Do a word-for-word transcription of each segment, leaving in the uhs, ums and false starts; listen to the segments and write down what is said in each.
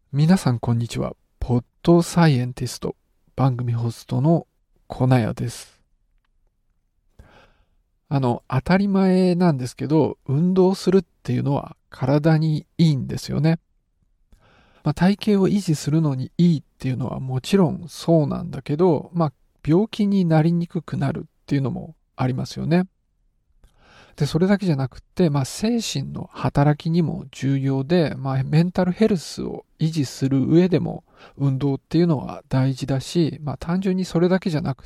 皆さんこんにちは。ポッドサイエンティスト番組ホストのコナヤです。あの、当たり前なんですけど、運動するっていうのは体にいいんですよね。まあ、体型を維持するのにいいっていうのはもちろんそうなんだけど、まあ、病気になりにくくなるっていうのもありますよね。で、それだけじゃなくって、まあ、精神の働きにも重要で、まあ、メンタルヘルスを維持する上でも、運動っていうのは大事だし、まあ、単純にそれだけじゃなくって、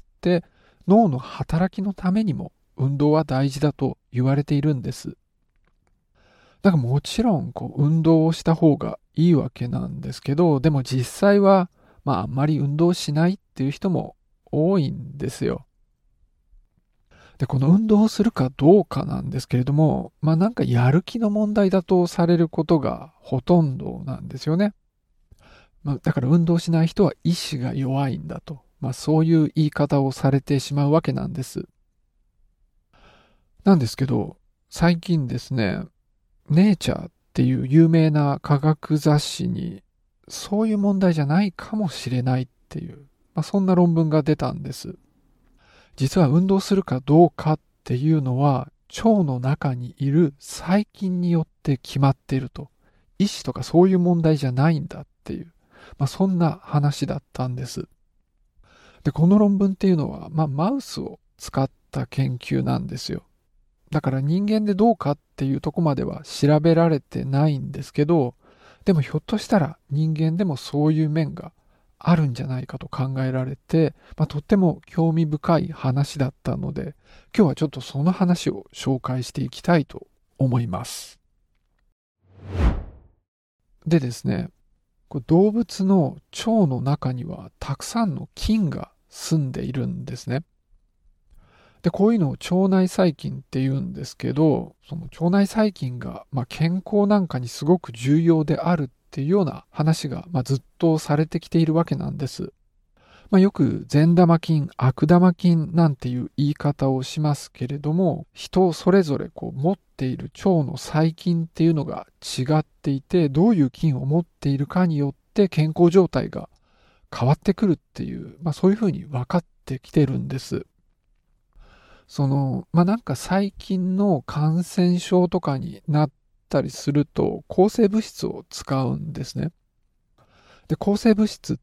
脳の働きのためにも、運動は大事だと言われているんです。だからもちろん、こう、運動をした方がいいわけなんですけど、でも実際は、まあ、あんまり運動しないっていう人も多いんですよ。で、この運動をするかどうかなんですけれども、まあなんかやる気の問題だとされることがほとんどなんですよね。まあ、だから運動しない人は意志が弱いんだと。まあそういう言い方をされてしまうわけなんです。なんですけど、最近ですね、ネイチャーっていう有名な科学雑誌に、そういう問題じゃないかもしれないっていう、まあそんな論文が出たんです。実は運動するかどうかっていうのは腸の中にいる細菌によって決まっていると。意思とかそういう問題じゃないんだっていう、まあ、そんな話だったんです。で、この論文っていうのは、まあ、マウスを使った研究なんですよ。だから人間でどうかっていうとこまでは調べられてないんですけど、でもひょっとしたら人間でもそういう面があるんじゃないかと考えられて、まあ、とっても興味深い話だったので、今日はちょっとその話を紹介していきたいと思います。でですね、こう動物の腸の中にはたくさんの菌が住んでいるんですね。で、こういうのを腸内細菌って言うんですけど、その腸内細菌が、まあ、健康なんかにすごく重要であるっていうような話が、まあ、ずっとされてきているわけなんです。まあ、よく善玉菌、悪玉菌なんていう言い方をしますけれども、人それぞれこう持っている腸の細菌っていうのが違っていて、どういう菌を持っているかによって健康状態が変わってくるっていう、まあ、そういうふうに分かってきてるんです。その、まあ、なんか細菌の感染症とかになったりすると、抗生物質を使うんですね。で、抗生物質って、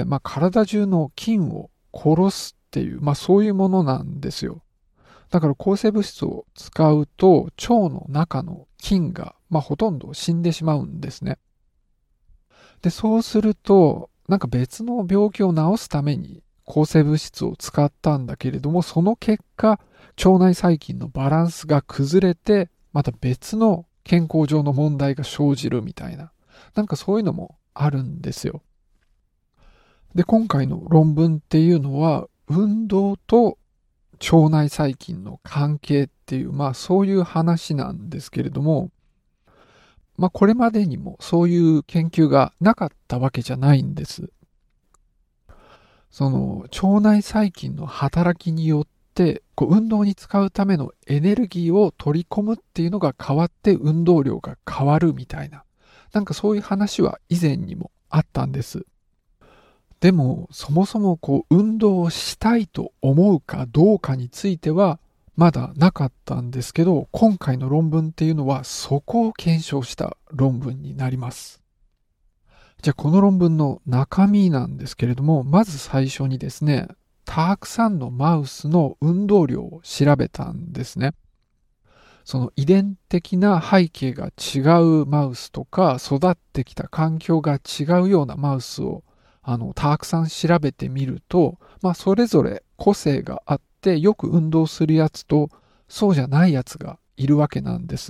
まあ、体中の菌を殺すっていう、まあ、そういうものなんですよ。だから抗生物質を使うと、腸の中の菌が、まあ、ほとんど死んでしまうんですね。で、そうすると、なんか別の病気を治すために抗生物質を使ったんだけれども、その結果、腸内細菌のバランスが崩れて、また別の健康上の問題が生じるみたいな、なんかそういうのもあるんですよ。で、今回の論文っていうのは、運動と腸内細菌の関係っていう、まあそういう話なんですけれども、まあこれまでにもそういう研究がなかったわけじゃないんです。その腸内細菌の働きによって、こう運動に使うためのエネルギーを取り込むっていうのが変わって運動量が変わるみたいな、なんかそういう話は以前にもあったんです。でも、そもそもこう、運動をしたいと思うかどうかについては、まだなかったんですけど、今回の論文っていうのは、そこを検証した論文になります。じゃあ、この論文の中身なんですけれども、まず最初にですね、たくさんのマウスの運動量を調べたんですね。その遺伝的な背景が違うマウスとか、育ってきた環境が違うようなマウスをあのたくさん調べてみると、まあ、それぞれ個性があって、よく運動するやつとそうじゃないやつがいるわけなんです。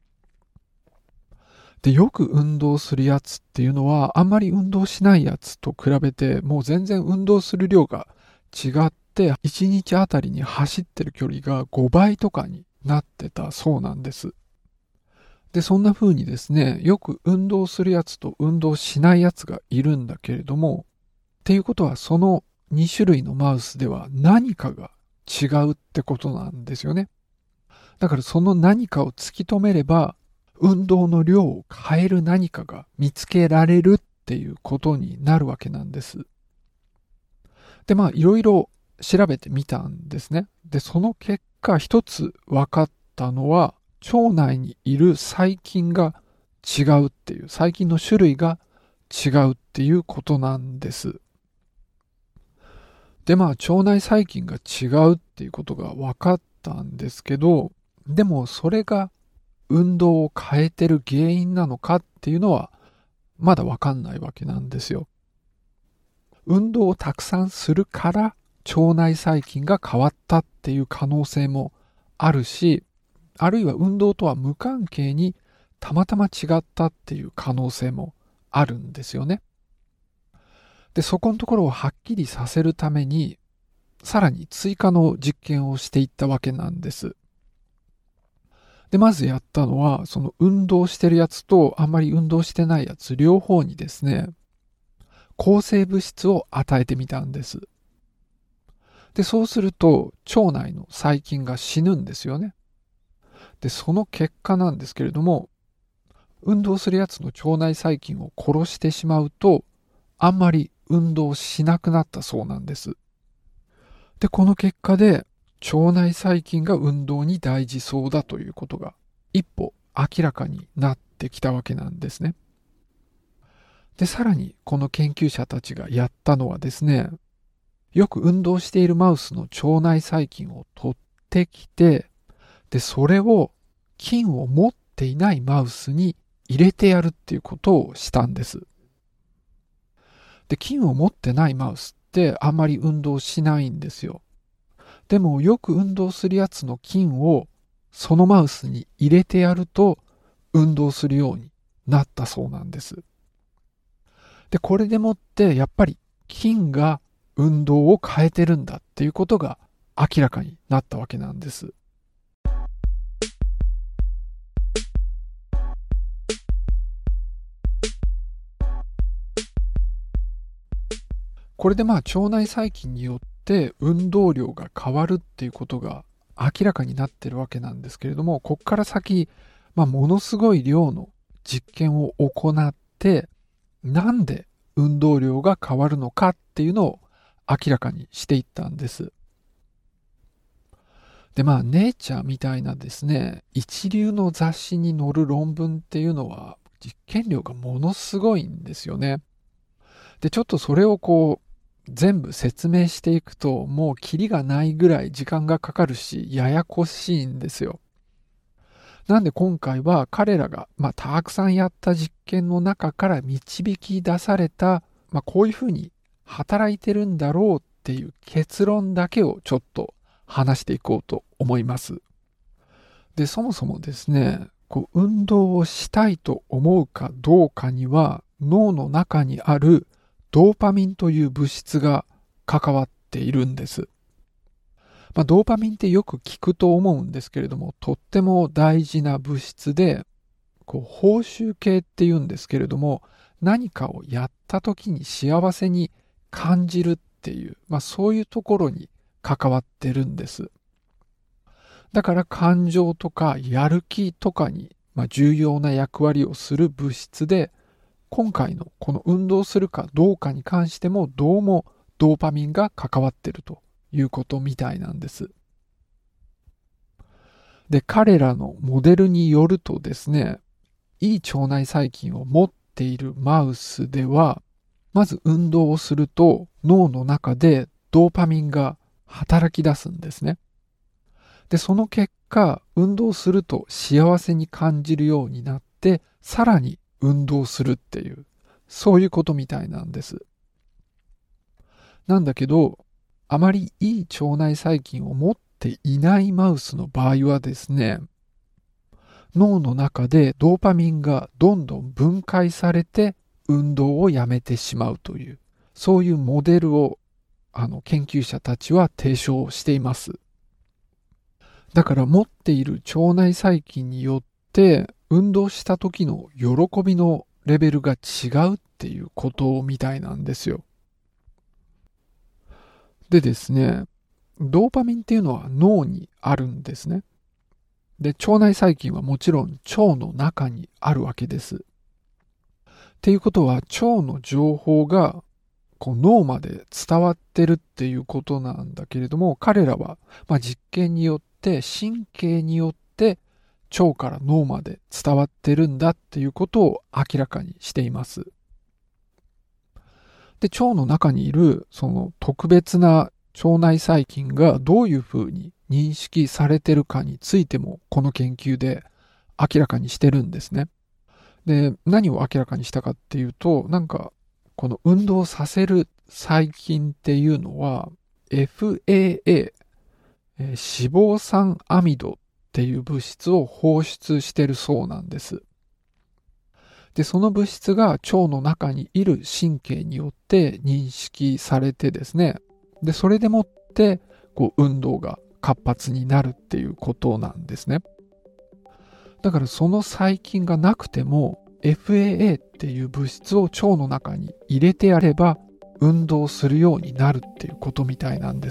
で、よく運動するやつっていうのは、あんまり運動しないやつと比べて、もう全然運動する量が違って、いちにちあたりに走ってる距離がごばいとかになってたそうなんです。で、そんな風にですね、よく運動するやつと運動しないやつがいるんだけれども、っていうことはそのに種類のマウスでは何かが違うってことなんですよね。だからその何かを突き止めれば、運動の量を変える何かが見つけられるっっていうことになるわけなんです。で、まあいろいろ調べてみたんですね。で、その結果一つ分かったのは、腸内にいる細菌が違うっていう、細菌の種類が違うっていうことなんです。で、まあ腸内細菌が違うっていうことが分かったんですけど、でもそれが運動を変えてる原因なのかっていうのはまだ分かんないわけなんですよ。運動をたくさんするから腸内細菌が変わったっていう可能性もあるし、あるいは運動とは無関係にたまたま違ったっていう可能性もあるんですよね。で、そこのところをはっきりさせるために、さらに追加の実験をしていったわけなんです。で、まずやったのは、その運動してるやつとあんまり運動してないやつ両方にですね、抗生物質を与えてみたんです。で、そうすると腸内の細菌が死ぬんですよね。で、その結果なんですけれども、運動するやつの腸内細菌を殺してしまうと、あんまり運動しなくなったそうなんです。で、この結果で腸内細菌が運動に大事そうだということが一歩明らかになってきたわけなんですね。で、さらにこの研究者たちがやったのはですね、よく運動しているマウスの腸内細菌を取ってきて、で、それを菌を持っていないマウスに入れてやるっていうことをしたんです。で、菌を持ってないマウスってあんまり運動しないんですよ。でもよく運動するやつの菌をそのマウスに入れてやると運動するようになったそうなんです。で、これでもってやっぱり菌が運動を変えてるんだっていうことが明らかになったわけなんです。これでまあ腸内細菌によって運動量が変わるっていうことが明らかになってるわけなんですけれども、ここから先、まあ、ものすごい量の実験を行って、なんで運動量が変わるのかっていうのを明らかにしていったんです。で、まあ、ネイチャーみたいなですね、一流の雑誌に載る論文っていうのは、実験量がものすごいんですよね。で、ちょっとそれをこう、全部説明していくと、もうキリがないぐらい時間がかかるし、ややこしいんですよ。なんで今回は彼らが、まあ、たくさんやった実験の中から導き出された、まあ、こういうふうに働いてるんだろうっていう結論だけをちょっと話していこうと思います。で、そもそもですね、こう運動をしたいと思うかどうかには脳の中にあるドーパミンという物質が関わっているんです。まあ、ドーパミンってよく聞くと思うんですけれども、とっても大事な物質で、こう報酬系っていうんですけれども、何かをやった時に幸せに感じるっていう、まあ、そういうところに関わってるんです。だから感情とかやる気とかに、まあ、重要な役割をする物質で、今回のこの運動するかどうかに関してもどうもドーパミンが関わってるということみたいなんです。で、彼らのモデルによるとですね、いい腸内細菌を持っているマウスでは、まず運動をすると脳の中でドーパミンが働き出すんですね。で、その結果、運動すると幸せに感じるようになって、さらに運動するっていう、そういうことみたいなんです。なんだけど、あまりいい腸内細菌を持っていないマウスの場合はですね、脳の中でドーパミンがどんどん分解されて運動をやめてしまうという、そういうモデルをあの研究者たちは提唱しています。だから持っている腸内細菌によって運動した時の喜びのレベルが違うっていうことみたいなんですよ。でですね、ドーパミンっていうのは脳にあるんですね。で、腸内細菌はもちろん腸の中にあるわけです。 っていうことは腸の情報がこう脳まで伝わってるっていうことなんだけれども、彼らはまあ実験によって神経によって腸から脳まで伝わってるんだっていうことを明らかにしています。で、腸の中にいるその特別な腸内細菌がどういうふうに認識されてるかについてもこの研究で明らかにしてるんですね。で、何を明らかにしたかっていうと、なんかこの運動させる細菌っていうのは エフエーエー、えー、脂肪酸アミドっていう物質を放出してるそうなんです。で、その物質が腸の中にいる神経によって認識されてですね、で、それでもってこう運動が活発になるっていうことなんですね。だからその細菌がなくても エフエーエー っていう物質を腸の中に入れてやれば運動するようになるっていうことみたいなんです。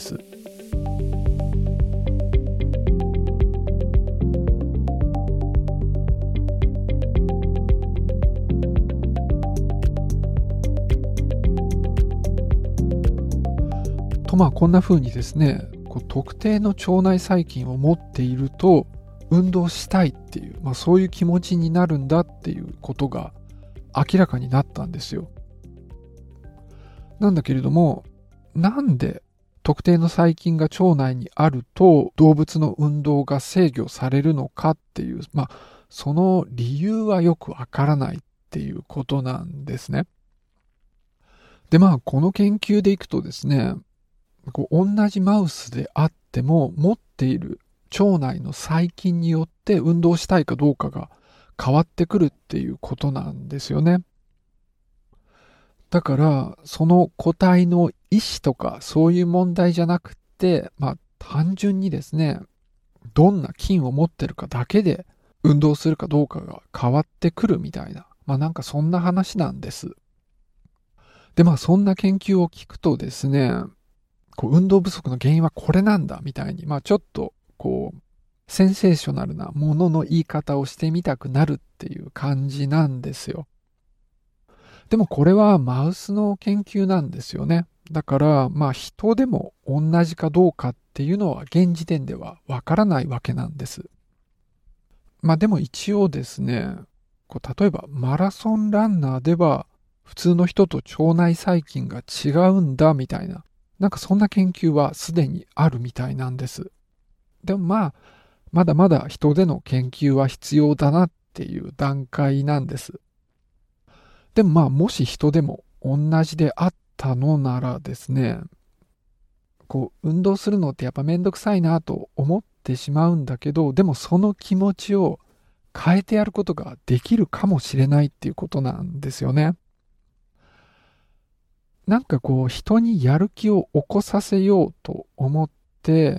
とまあこんな風にですね、こう特定の腸内細菌を持っていると運動したいっていう、まあ、そういう気持ちになるんだっていうことが明らかになったんですよ。なんだけれども、なんで特定の細菌が腸内にあると動物の運動が制御されるのかっていう、まあその理由はよくわからないっていうことなんですね。でまあこの研究でいくとですね、こう同じマウスであっても持っている腸内の細菌によって運動したいかどうかが変わってくるっていうことなんですよね。だからその個体の意思とかそういう問題じゃなくて、まあ単純にですね、どんな菌を持ってるかだけで運動するかどうかが変わってくるみたいな、まあなんかそんな話なんです。でまあそんな研究を聞くとですね、こう運動不足の原因はこれなんだみたいに、まあちょっとこうセンセーショナルなものの言い方をしてみたくなるっていう感じなんですよ。でもこれはマウスの研究なんですよね。だからまあ人でも同じかどうかっていうのは現時点ではわからないわけなんです。まあでも一応ですね、こう例えばマラソンランナーでは普通の人と腸内細菌が違うんだみたいな、なんかそんな研究はすでにあるみたいなんです。でもまあまだまだ人での研究は必要だなっていう段階なんです。でもまあもし人でも同じであったのならですね、こう運動するのってやっぱめんどくさいなと思ってしまうんだけど、でもその気持ちを変えてやることができるかもしれないっていうことなんですよね。なんかこう人にやる気を起こさせようと思って、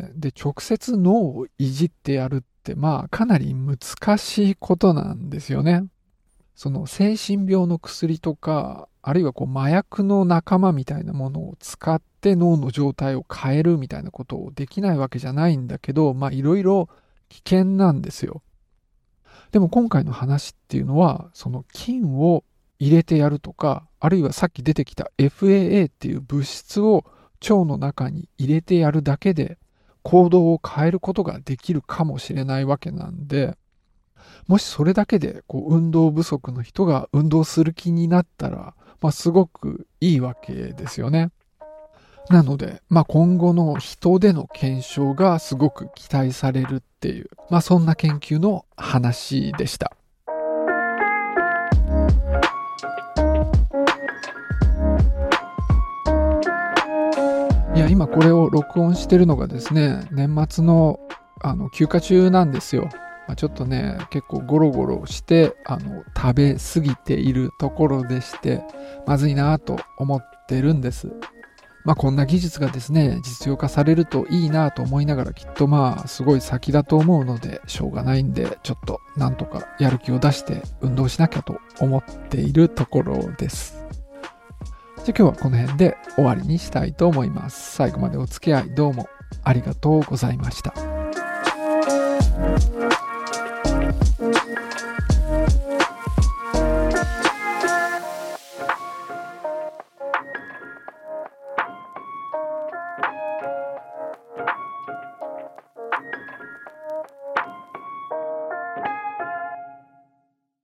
で直接脳をいじってやるってまあかなり難しいことなんですよね。その精神病の薬とか、あるいはこう麻薬の仲間みたいなものを使って脳の状態を変えるみたいなことをできないわけじゃないんだけど、まあいろいろ危険なんですよ。でも今回の話っていうのは、その菌を入れてやるとか、あるいはさっき出てきた エフエーエー っていう物質を腸の中に入れてやるだけで行動を変えることができるかもしれないわけなんで、もしそれだけでこう運動不足の人が運動する気になったら、まあ、すごくいいわけですよね。なので、まあ、今後の人での検証がすごく期待されるっていう、まあ、そんな研究の話でした。いや、今これを録音してるのがですね、年末のあの休暇中なんですよ。まあ、ちょっとね、結構ゴロゴロしてあの食べ過ぎているところでして、まずいなと思ってるんです。まあこんな技術がですね、実用化されるといいなと思いながら、きっとまあすごい先だと思うので、しょうがないんで、ちょっとなんとかやる気を出して運動しなきゃと思っているところです。じゃあ今日はこの辺で終わりにしたいと思います。最後までお付き合いどうもありがとうございました。